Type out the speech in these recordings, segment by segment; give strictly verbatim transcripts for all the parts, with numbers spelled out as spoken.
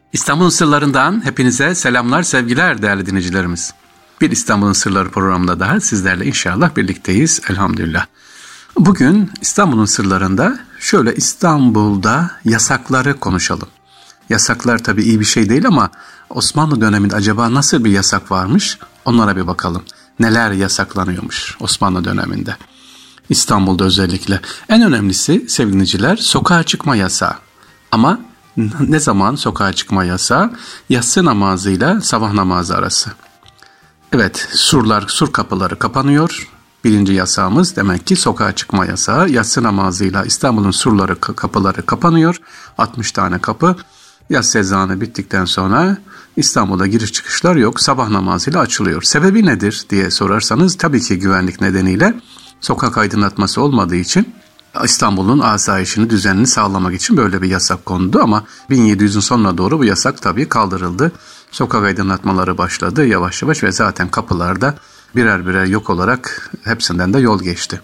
İstanbul'un sırlarından hepinize selamlar, sevgiler değerli dinleyicilerimiz. Bir İstanbul'un Sırları programında daha sizlerle inşallah birlikteyiz elhamdülillah. Bugün İstanbul'un sırlarında şöyle İstanbul'da yasakları konuşalım. Yasaklar tabii iyi bir şey değil ama Osmanlı döneminde acaba nasıl bir yasak varmış onlara bir bakalım. Neler yasaklanıyormuş Osmanlı döneminde. İstanbul'da özellikle. En önemlisi sevgili dinleyiciler sokağa çıkma yasağı. Ama ne zaman sokağa çıkma yasağı? Yatsı namazıyla sabah namazı arası. Evet, surlar, sur kapıları kapanıyor. Birinci yasağımız demek ki sokağa çıkma yasağı. Yatsı namazıyla İstanbul'un surları, kapıları kapanıyor. altmış tane kapı. Yatsı ezanı bittikten sonra İstanbul'da giriş çıkışlar yok. Sabah namazıyla açılıyor. Sebebi nedir diye sorarsanız tabii ki güvenlik nedeniyle sokak aydınlatması olmadığı için İstanbul'un asayişini, düzenini sağlamak için böyle bir yasak kondu ama bin yedi yüzün sonuna doğru bu yasak tabii kaldırıldı. Sokak aydınlatmaları başladı yavaş yavaş ve zaten kapılarda birer birer yok olarak hepsinden de yol geçti.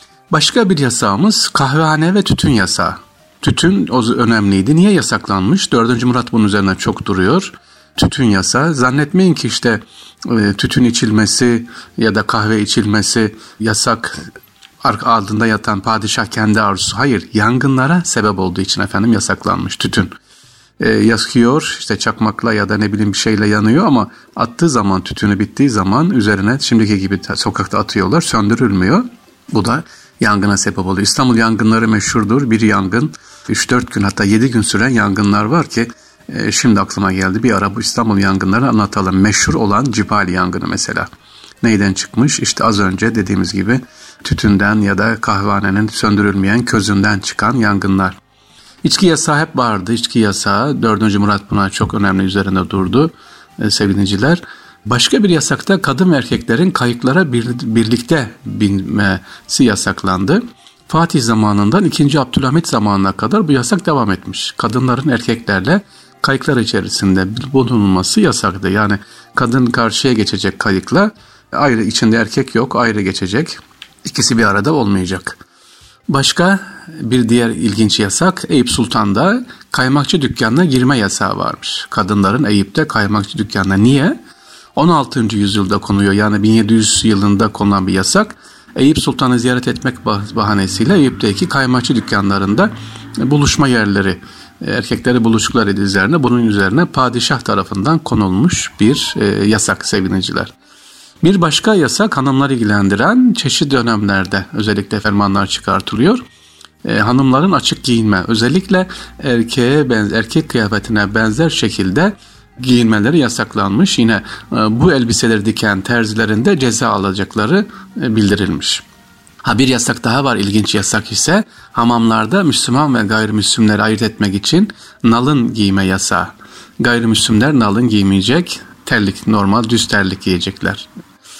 Başka bir yasağımız kahvehane ve tütün yasağı. Tütün o önemliydi. Niye yasaklanmış? dördüncü Murat bunun üzerine çok duruyor. Tütün yasağı. Zannetmeyin ki işte tütün içilmesi ya da kahve içilmesi yasak. Altında yatan padişah kendi arzusu. Hayır, yangınlara sebep olduğu için efendim yasaklanmış tütün. E, yakıyor işte çakmakla ya da ne bileyim bir şeyle yanıyor ama attığı zaman tütünü bittiği zaman üzerine şimdiki gibi sokakta atıyorlar, söndürülmüyor. Bu da yangına sebep oluyor. İstanbul yangınları meşhurdur. Bir yangın üç dört gün hatta yedi gün süren yangınlar var ki e, şimdi aklıma geldi. Bir ara bu İstanbul yangınlarını anlatalım. Meşhur olan Cibali yangını mesela. Neyden çıkmış? İşte az önce dediğimiz gibi tütünden ya da kahvehanenin söndürülmeyen közünden çıkan yangınlar. İçki yasağı hep vardı. İçki yasağı dördüncü Murat buna çok önemli üzerinde durdu e, sevgiliciler. Başka bir yasakta kadın ve erkeklerin kayıklara bir, birlikte binmesi yasaklandı. Fatih zamanından ikinci. Abdülhamit zamanına kadar bu yasak devam etmiş. Kadınların erkeklerle kayıklar içerisinde bulunulması yasaktı. Yani kadın karşıya geçecek kayıkla ayrı, içinde erkek yok, ayrı geçecek. İkisi bir arada olmayacak. Başka bir diğer ilginç yasak Eyüp Sultan'da kaymakçı dükkanına girme yasağı varmış. Kadınların Eyüp'te kaymakçı dükkanına. Niye? on altıncı yüzyılda konuyor. Yani bin yedi yüz yılında konulan bir yasak. Eyüp Sultan'ı ziyaret etmek bahanesiyle Eyüp'teki kaymakçı dükkanlarında buluşma yerleri, erkekleri buluştukları üzerine bunun üzerine padişah tarafından konulmuş bir yasak sevgiliciler. Bir başka yasak hanımları ilgilendiren çeşitli dönemlerde özellikle fermanlar çıkartılıyor. E, hanımların açık giyinme, özellikle erkeğe benzer, erkek kıyafetine benzer şekilde giyinmeleri yasaklanmış. Yine e, bu elbiseleri diken terzilerin de ceza alacakları e, bildirilmiş. Ha bir yasak daha var, ilginç yasak ise hamamlarda Müslüman ve gayrimüslimleri ayırt etmek için nalın giyme yasağı. Gayrimüslimler nalın giymeyecek, terlik, normal düz terlik giyecekler.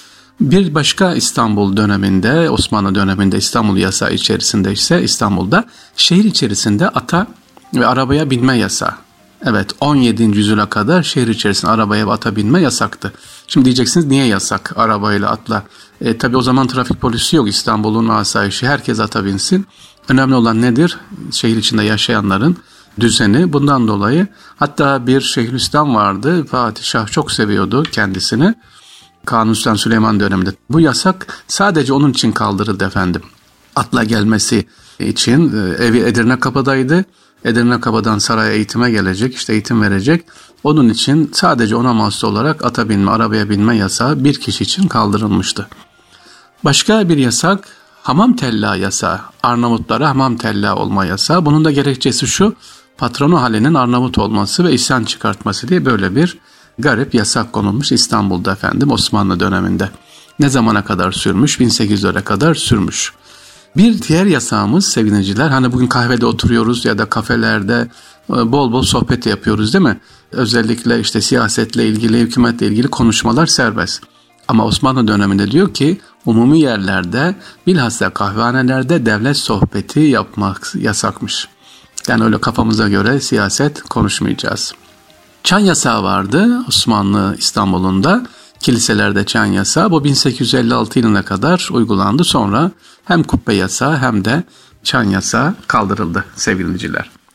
Bir başka İstanbul döneminde, Osmanlı döneminde İstanbul yasağı içerisinde ise İstanbul'da şehir içerisinde ata ve arabaya binme yasağı. Evet, on yedinci yüzyıla kadar şehir içerisinde arabaya ve ata binme yasaktı. Şimdi diyeceksiniz niye yasak arabayla atla? E, tabii o zaman trafik polisi yok, İstanbul'un asayişi, herkes ata binsin. Önemli olan nedir? Şehir içinde yaşayanların düzeni. Bundan dolayı hatta bir Şeyhülislam vardı, padişah çok seviyordu kendisini. Kanuni Sultan Süleyman döneminde. Bu yasak sadece onun için kaldırıldı efendim. Atla gelmesi için evi Edirne Kapı'daydı. Edirne Kapı'dan saraya eğitime gelecek, işte eğitim verecek. Onun için sadece ona mahsus olarak ata binme, arabaya binme yasağı bir kişi için kaldırılmıştı. Başka bir yasak hamam tella yasağı. Arnavutlara hamam tella olma yasağı. Bunun da gerekçesi şu, patronu Hale'nin Arnavut olması ve isyan çıkartması diye böyle bir garip yasak konulmuş İstanbul'da efendim Osmanlı döneminde. Ne zamana kadar sürmüş? bin sekiz yüzlere kadar sürmüş. Bir diğer yasağımız sevgiliciler, hani bugün kahvede oturuyoruz ya da kafelerde bol bol sohbet yapıyoruz değil mi? Özellikle işte siyasetle ilgili, hükümetle ilgili konuşmalar serbest. Ama Osmanlı döneminde diyor ki umumi yerlerde bilhassa kahvehanelerde devlet sohbeti yapmak yasakmış. Yani öyle kafamıza göre siyaset konuşmayacağız. Çan yasağı vardı Osmanlı İstanbul'unda. Kiliselerde çan yasağı. Bu bin sekiz yüz elli altı yılına kadar uygulandı. Sonra hem kubbe yasağı hem de çan yasağı kaldırıldı sevgili dinleyiciler.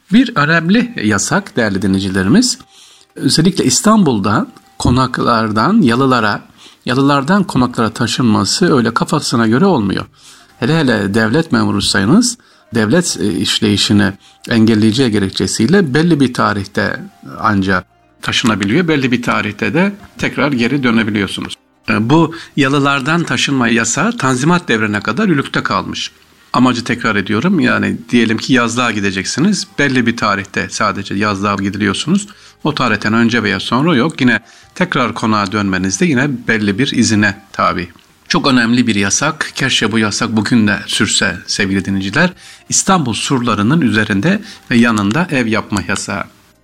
Bir önemli yasak değerli dinleyicilerimiz, özellikle İstanbul'da konaklardan yalılara, yalılardan konaklara taşınması öyle kafasına göre olmuyor. Hele hele devlet memuruysanız devlet işleyişini engelleyeceği gerekçesiyle belli bir tarihte ancak taşınabiliyor. Belli bir tarihte de tekrar geri dönebiliyorsunuz. Bu yalılardan taşınma yasağı Tanzimat devrine kadar yürürlükte kalmış. Amacı tekrar ediyorum, yani diyelim ki yazlığa gideceksiniz. Belli bir tarihte sadece yazlığa gidiliyorsunuz. O tarihten önce veya sonra yok. Yine tekrar konağa dönmenizde yine belli bir izine tabi. Çok önemli bir yasak. Keşke bu yasak bugün de sürse sevgili dinleyiciler. İstanbul surlarının üzerinde ve yanında ev yapma yasağı.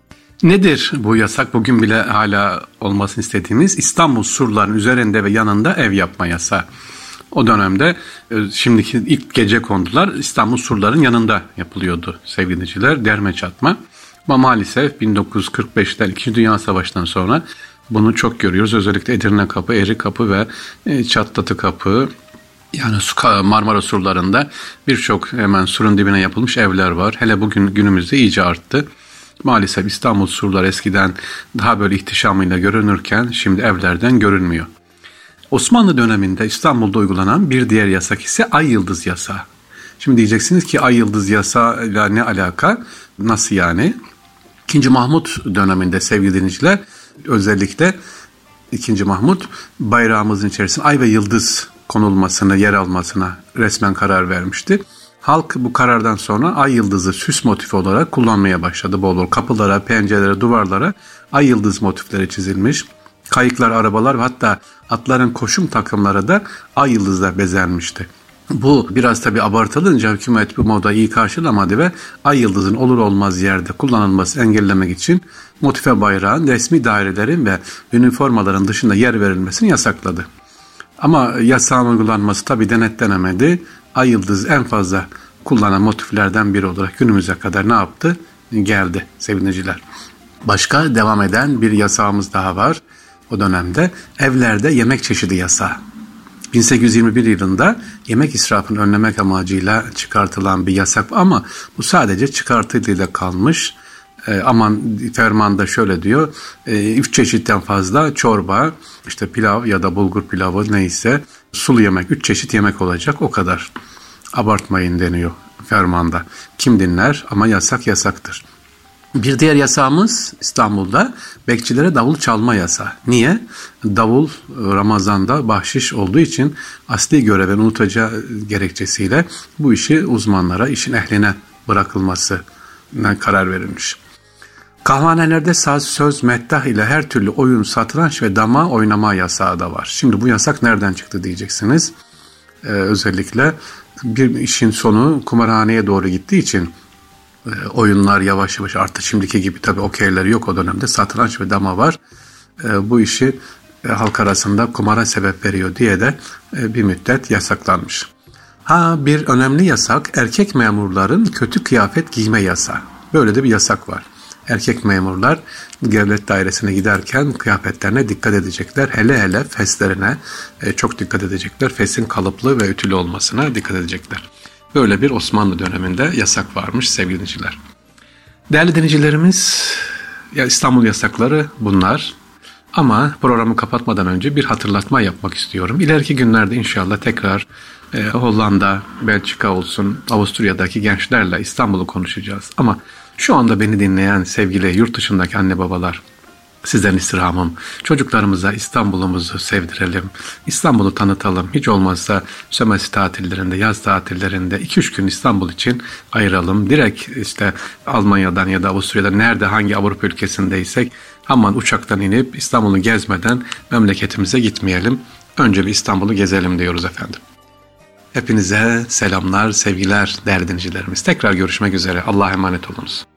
Nedir bu yasak? Bugün bile hala olmasını istediğimiz İstanbul surlarının üzerinde ve yanında ev yapma yasağı. O dönemde şimdiki ilk gecekondular İstanbul surlarının yanında yapılıyordu sevgili dinleyiciler, derme çatma. Ama maalesef bin dokuz yüz kırk beşten İkinci Dünya Savaşı'ndan sonra bunu çok görüyoruz. Özellikle Edirne Kapı, Eri Kapı ve Çatlatı Kapı, yani Marmara surlarında birçok hemen surun dibine yapılmış evler var. Hele bugün günümüzde iyice arttı. Maalesef İstanbul surları eskiden daha böyle ihtişamıyla görünürken şimdi evlerden görünmüyor. Osmanlı döneminde İstanbul'da uygulanan bir diğer yasak ise ay yıldız yasağı. Şimdi diyeceksiniz ki ay yıldız yasağıyla ne alaka? Nasıl yani? İkinci Mahmut döneminde sevgili dinleyiciler, özellikle İkinci Mahmut bayrağımızın içerisine ay ve yıldız konulmasına, yer almasına resmen karar vermişti. Halk bu karardan sonra ay yıldızı süs motifi olarak kullanmaya başladı bol bol. Kapılara, pencerelere, duvarlara ay yıldız motifleri çizilmiş. Kayıklar, arabalar ve hatta atların koşum takımları da ay yıldızla bezenmişti. Bu biraz tabii abartılınca hükümet bu moda iyi karşılamadı ve ay yıldızın olur olmaz yerde kullanılması engellemek için motife bayrağın resmi dairelerin ve üniformaların dışında yer verilmesini yasakladı. Ama yasağın uygulanması tabii denetlenemedi. Ay yıldız en fazla kullanan motiflerden biri olarak günümüze kadar ne yaptı? Geldi sevgiliciler. Başka devam eden bir yasağımız daha var. O dönemde evlerde yemek çeşidi yasağı. bin sekiz yüz yirmi bir yılında yemek israfını önlemek amacıyla çıkartılan bir yasak ama bu sadece çıkartılıyla kalmış. E, aman fermanda şöyle diyor, e, üç çeşitten fazla çorba, işte pilav ya da bulgur pilavı neyse sulu yemek, üç çeşit yemek olacak, o kadar. Abartmayın deniyor fermanda. Kim dinler, ama yasak yasaktır. Bir diğer yasağımız İstanbul'da bekçilere davul çalma yasağı. Niye? Davul Ramazan'da bahşiş olduğu için asli görevini unutacağı gerekçesiyle bu işi uzmanlara, işin ehline bırakılmasına karar verilmiş. Kahvehanelerde saz, söz, meddah ile her türlü oyun, satranç ve dama oynama yasağı da var. Şimdi bu yasak nereden çıktı diyeceksiniz. Ee, özellikle bir işin sonu kumarhaneye doğru gittiği için oyunlar yavaş yavaş arttı. Şimdiki gibi tabii okeyleri yok o dönemde. Satranç ve dama var. E, bu işi e, halk arasında kumara sebep veriyor diye de e, bir müddet yasaklanmış. Ha, bir önemli yasak, erkek memurların kötü kıyafet giyme yasağı. Böyle de bir yasak var. Erkek memurlar devlet dairesine giderken kıyafetlerine dikkat edecekler. Hele hele feslerine e, çok dikkat edecekler. Fesin kalıplı ve ütülü olmasına dikkat edecekler. Böyle bir Osmanlı döneminde yasak varmış sevgili dinleyiciler. Değerli dinleyicilerimiz, ya İstanbul yasakları bunlar. Ama programı kapatmadan önce bir hatırlatma yapmak istiyorum. İleriki günlerde inşallah tekrar e, Hollanda, Belçika olsun, Avusturya'daki gençlerle İstanbul'u konuşacağız. Ama şu anda beni dinleyen sevgili yurt dışındaki anne babalar, sizden istirhamım, çocuklarımıza İstanbul'umuzu sevdirelim, İstanbul'u tanıtalım. Hiç olmazsa sömestr tatillerinde, yaz tatillerinde iki üç gün İstanbul için ayıralım. Direkt işte Almanya'dan ya da Avusturya'dan, nerede hangi Avrupa ülkesindeysek hemen uçaktan inip İstanbul'u gezmeden memleketimize gitmeyelim. Önce bir İstanbul'u gezelim diyoruz efendim. Hepinize selamlar, sevgiler değerli dinleyicilerimiz. Tekrar görüşmek üzere. Allah'a emanet olunuz.